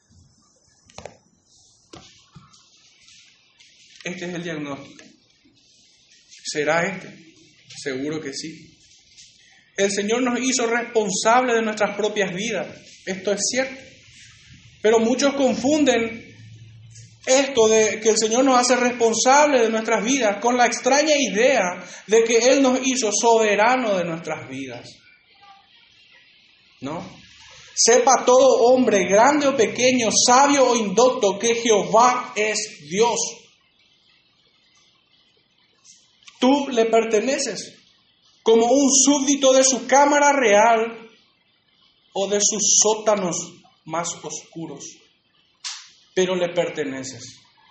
Este es el diagnóstico. ¿Será este? Seguro que sí. El Señor nos hizo responsables de nuestras propias vidas. Esto es cierto. Pero muchos confunden esto de que el Señor nos hace responsables de nuestras vidas con la extraña idea de que Él nos hizo soberano de nuestras vidas. ¿No? Sepa todo hombre, grande o pequeño, sabio o indocto, que Jehová es Dios. Tú le perteneces como un súbdito de su cámara real o de sus sótanos más oscuros, pero le perteneces.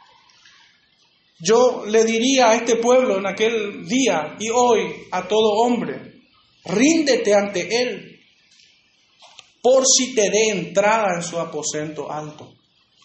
Yo le diría a este pueblo en aquel día y hoy a todo hombre, ríndete ante Él, por si te dé entrada en su aposento alto.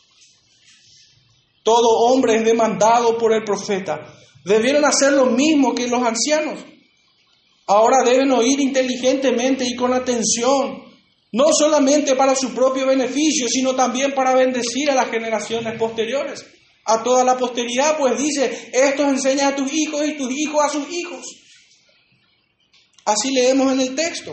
Todo hombre es demandado por el profeta. Debieron hacer lo mismo que los ancianos. Ahora deben oír inteligentemente y con atención, no solamente para su propio beneficio, sino también para bendecir a las generaciones posteriores, a toda la posteridad, pues dice, esto enseña a tus hijos y tus hijos a sus hijos. Así leemos en el texto.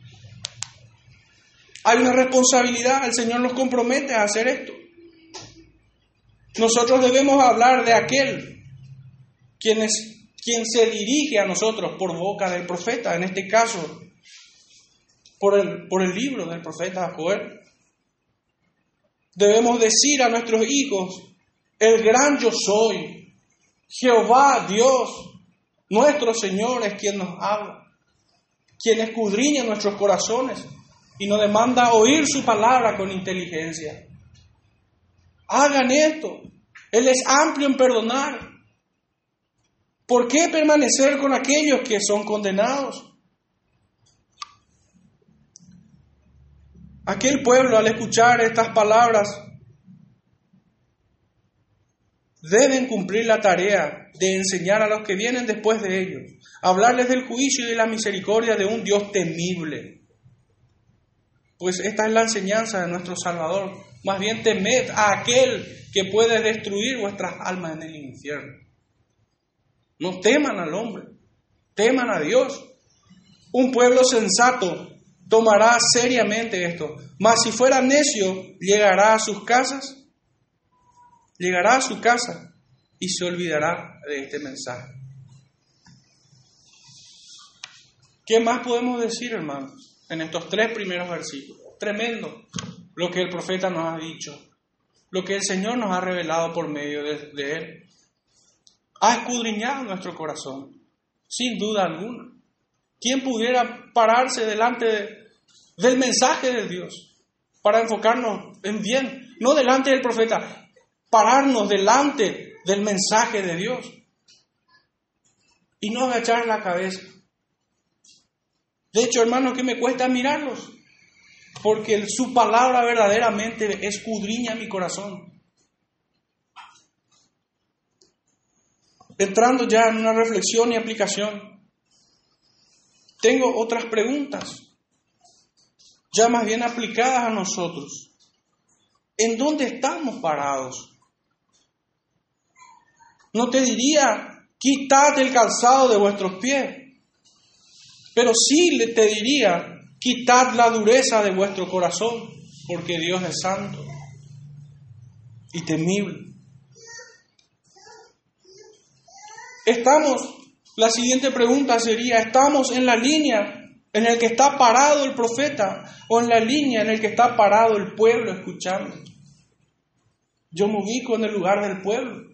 Hay una responsabilidad, el Señor nos compromete a hacer esto. Nosotros debemos hablar de aquel quien se dirige a nosotros por boca del profeta, en este caso, por el libro del profeta Joel. Debemos decir a nuestros hijos, el gran yo soy, Jehová Dios, nuestro Señor es quien nos habla, quien escudriña nuestros corazones y nos demanda oír su palabra con inteligencia. Hagan esto, Él es amplio en perdonar. ¿Por qué permanecer con aquellos que son condenados? Aquel pueblo, al escuchar estas palabras, deben cumplir la tarea de enseñar a los que vienen después de ellos, hablarles del juicio y de la misericordia de un Dios temible. Pues esta es la enseñanza de nuestro Salvador. Más bien temed a aquel que puede destruir vuestras almas en el infierno. No teman al hombre, teman a Dios. Un pueblo sensato tomará seriamente esto, mas si fuera necio, llegará a su casa y se olvidará de este mensaje. ¿Qué más podemos decir, hermanos, en estos 3 primeros versículos? Tremendo lo que el profeta nos ha dicho, lo que el Señor nos ha revelado por medio de él. Ha escudriñado nuestro corazón, sin duda alguna. ¿Quién pudiera pararse delante del mensaje de Dios para enfocarnos en bien? No delante del profeta, pararnos delante del mensaje de Dios y no agachar la cabeza. De hecho, hermanos, que me cuesta mirarlos, porque su palabra verdaderamente escudriña mi corazón. Entrando ya en una reflexión y aplicación, tengo otras preguntas, ya más bien aplicadas a nosotros. ¿En dónde estamos parados? No te diría, quitad el calzado de vuestros pies, pero sí te diría, quitad la dureza de vuestro corazón, porque Dios es santo y temible. La siguiente pregunta sería, ¿estamos en la línea en la que está parado el profeta o en la línea en la que está parado el pueblo escuchando? Yo me ubico en el lugar del pueblo,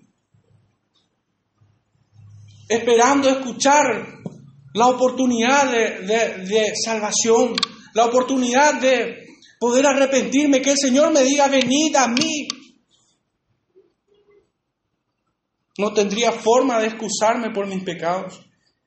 esperando escuchar la oportunidad de salvación, la oportunidad de poder arrepentirme, que el Señor me diga, venid a mí. No tendría forma de excusarme por mis pecados.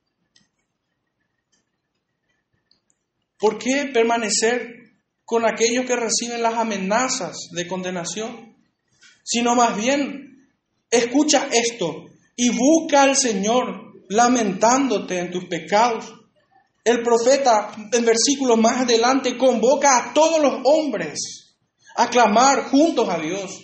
¿Por qué permanecer con aquellos que reciben las amenazas de condenación? Sino más bien, escucha esto y busca al Señor lamentándote en tus pecados. El profeta, en versículos más adelante, convoca a todos los hombres a clamar juntos a Dios.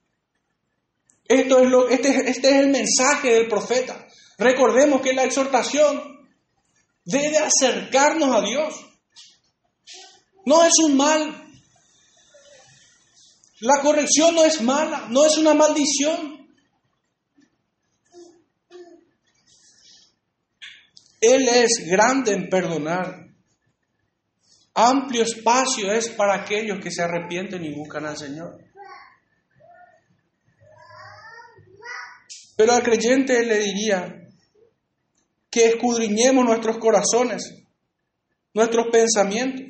Este es el mensaje del profeta. Recordemos que la exhortación debe acercarnos a Dios. No es un mal. La corrección no es mala, no es una maldición. Él es grande en perdonar. Amplio espacio es para aquellos que se arrepienten y buscan al Señor. Pero al creyente le diría que escudriñemos nuestros corazones, nuestros pensamientos,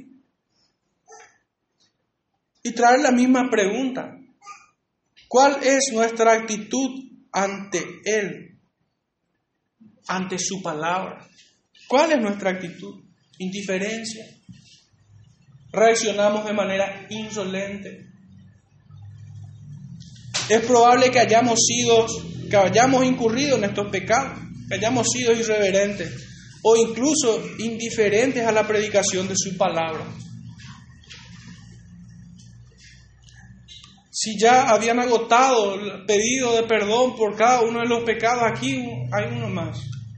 y traer la misma pregunta. ¿Cuál es nuestra actitud ante Él, ante su palabra? ¿Cuál es nuestra actitud? ¿Indiferencia? ¿Reaccionamos de manera insolente? Es probable que hayamos incurrido en estos pecados, que hayamos sido irreverentes o incluso indiferentes a la predicación de su palabra. Si ya habían agotado el pedido de perdón por cada uno de los pecados, aquí hay uno más.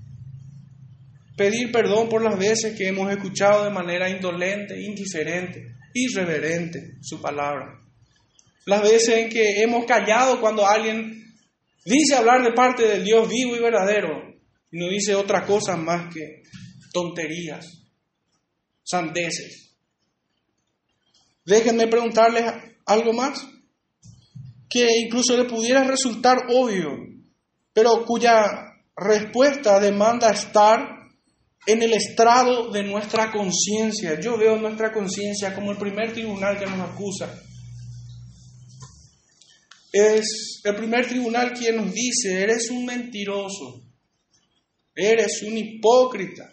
Pedir perdón por las veces que hemos escuchado de manera indolente, indiferente, irreverente su palabra. Las veces en que hemos callado cuando alguien dice hablar de parte del Dios vivo y verdadero y no dice otra cosa más que tonterías, sandeces. Déjenme preguntarles algo más que incluso le pudiera resultar obvio, pero cuya respuesta demanda estar en el estrado de nuestra conciencia. Yo veo nuestra conciencia como el primer tribunal que nos acusa. Es el primer tribunal quien nos dice, eres un mentiroso, eres un hipócrita,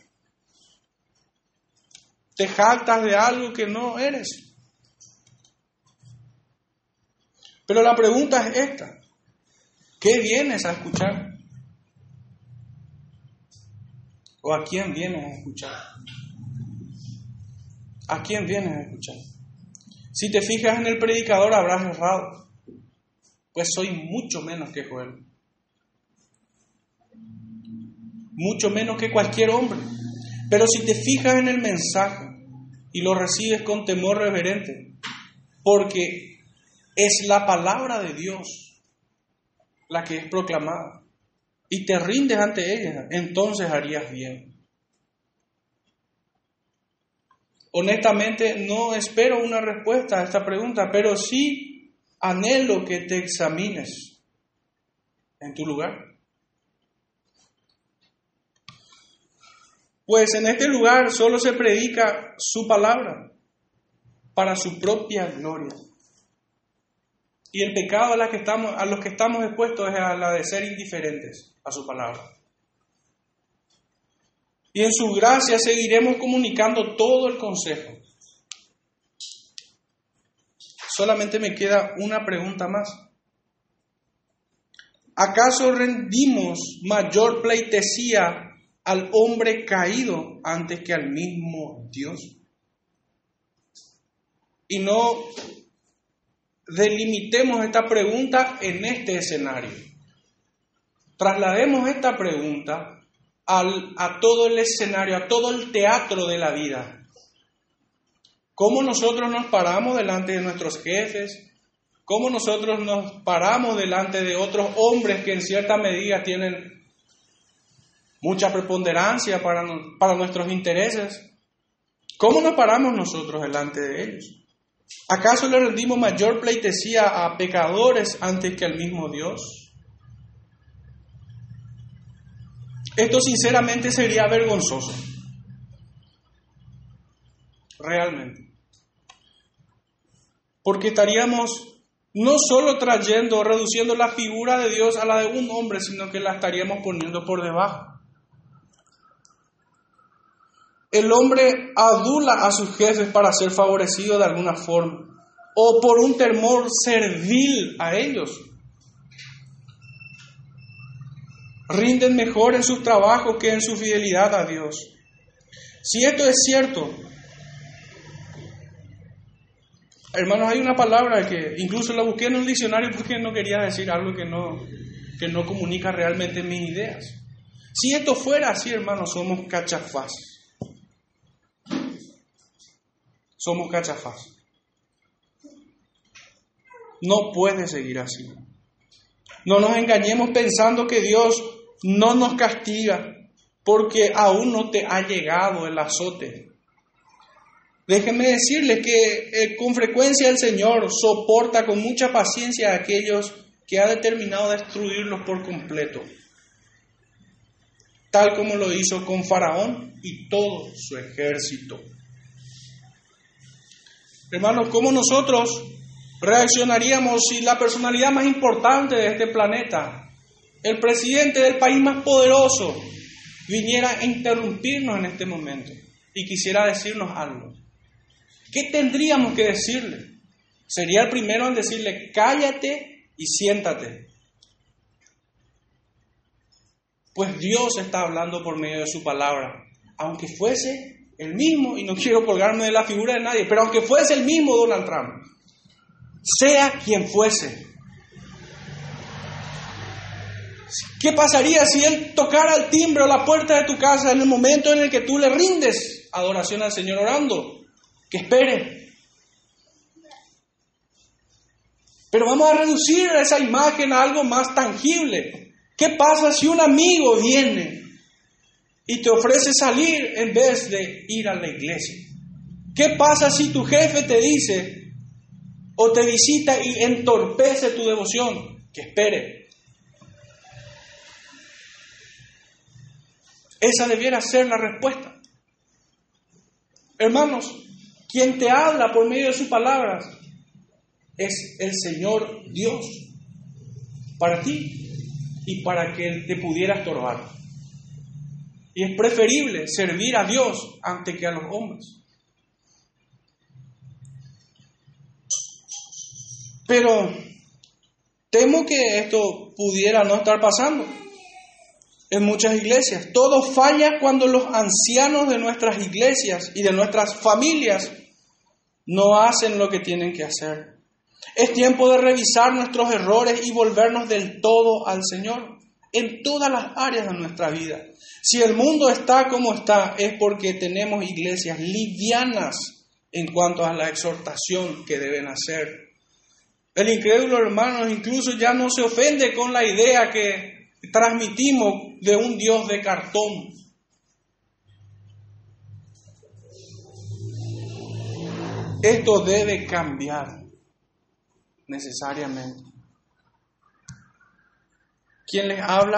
te jactas de algo que no eres. Pero la pregunta es esta, ¿qué vienes a escuchar? ¿O a quién vienes a escuchar? ¿A quién vienes a escuchar? Si te fijas en el predicador habrás errado, pues soy mucho menos que Joel. Mucho menos que cualquier hombre. Pero si te fijas en el mensaje y lo recibes con temor reverente, porque es la palabra de Dios la que es proclamada, y te rindes ante ella, entonces harías bien. Honestamente, no espero una respuesta a esta pregunta, pero sí anhelo que te examines en tu lugar. Pues en este lugar solo se predica su palabra para su propia gloria. Y el pecado a los que estamos expuestos es a la de ser indiferentes a su palabra. Y en su gracia seguiremos comunicando todo el consejo. Solamente me queda una pregunta más. ¿Acaso rendimos mayor pleitesía al hombre caído antes que al mismo Dios? Y no delimitemos esta pregunta en este escenario. Traslademos esta pregunta a todo el escenario, a todo el teatro de la vida. ¿Cómo nosotros nos paramos delante de nuestros jefes? ¿Cómo nosotros nos paramos delante de otros hombres que en cierta medida tienen mucha preponderancia para nuestros intereses? ¿Cómo nos paramos nosotros delante de ellos? ¿Acaso le rendimos mayor pleitesía a pecadores antes que al mismo Dios? Esto sinceramente sería vergonzoso. Realmente. Porque estaríamos no solo reduciendo la figura de Dios a la de un hombre, sino que la estaríamos poniendo por debajo. El hombre adula a sus jefes para ser favorecido de alguna forma, o por un temor servil a ellos. Rinden mejor en sus trabajos que en su fidelidad a Dios. Si esto es cierto, hermanos, hay una palabra que incluso la busqué en un diccionario porque no quería decir algo que no comunica realmente mis ideas. Si esto fuera así, hermanos, somos cachafás. Somos cachafás. No puede seguir así. No nos engañemos pensando que Dios no nos castiga porque aún no te ha llegado el azote. Déjenme decirles que con frecuencia el Señor soporta con mucha paciencia a aquellos que ha determinado destruirlos por completo, tal como lo hizo con Faraón y todo su ejército. Hermanos, ¿cómo nosotros reaccionaríamos si la personalidad más importante de este planeta, el presidente del país más poderoso, viniera a interrumpirnos en este momento y quisiera decirnos algo? ¿Qué tendríamos que decirle? Sería el primero en decirle: cállate y siéntate. Pues Dios está hablando por medio de su palabra, aunque fuese el mismo, y no quiero colgarme de la figura de nadie, pero aunque fuese el mismo Donald Trump, sea quien fuese. ¿Qué pasaría si él tocara el timbre o la puerta de tu casa en el momento en el que tú le rindes adoración al Señor orando? Que espere. Pero vamos a reducir esa imagen a algo más tangible. ¿Qué pasa si un amigo viene y te ofrece salir en vez de ir a la iglesia? ¿Qué pasa si tu jefe te dice o te visita y entorpece tu devoción? Que espere. Esa debiera ser la respuesta. Hermanos, quien te habla por medio de sus palabras es el Señor Dios para ti y para que Él te pudiera estorbar. Y es preferible servir a Dios antes que a los hombres. Pero temo que esto pudiera no estar pasando en muchas iglesias. Todo falla cuando los ancianos de nuestras iglesias y de nuestras familias no hacen lo que tienen que hacer. Es tiempo de revisar nuestros errores y volvernos del todo al Señor en todas las áreas de nuestra vida. Si el mundo está como está, es porque tenemos iglesias livianas en cuanto a la exhortación que deben hacer. El incrédulo, hermanos, incluso ya no se ofende con la idea que transmitimos de un Dios de cartón. Esto debe cambiar necesariamente. Quien les habla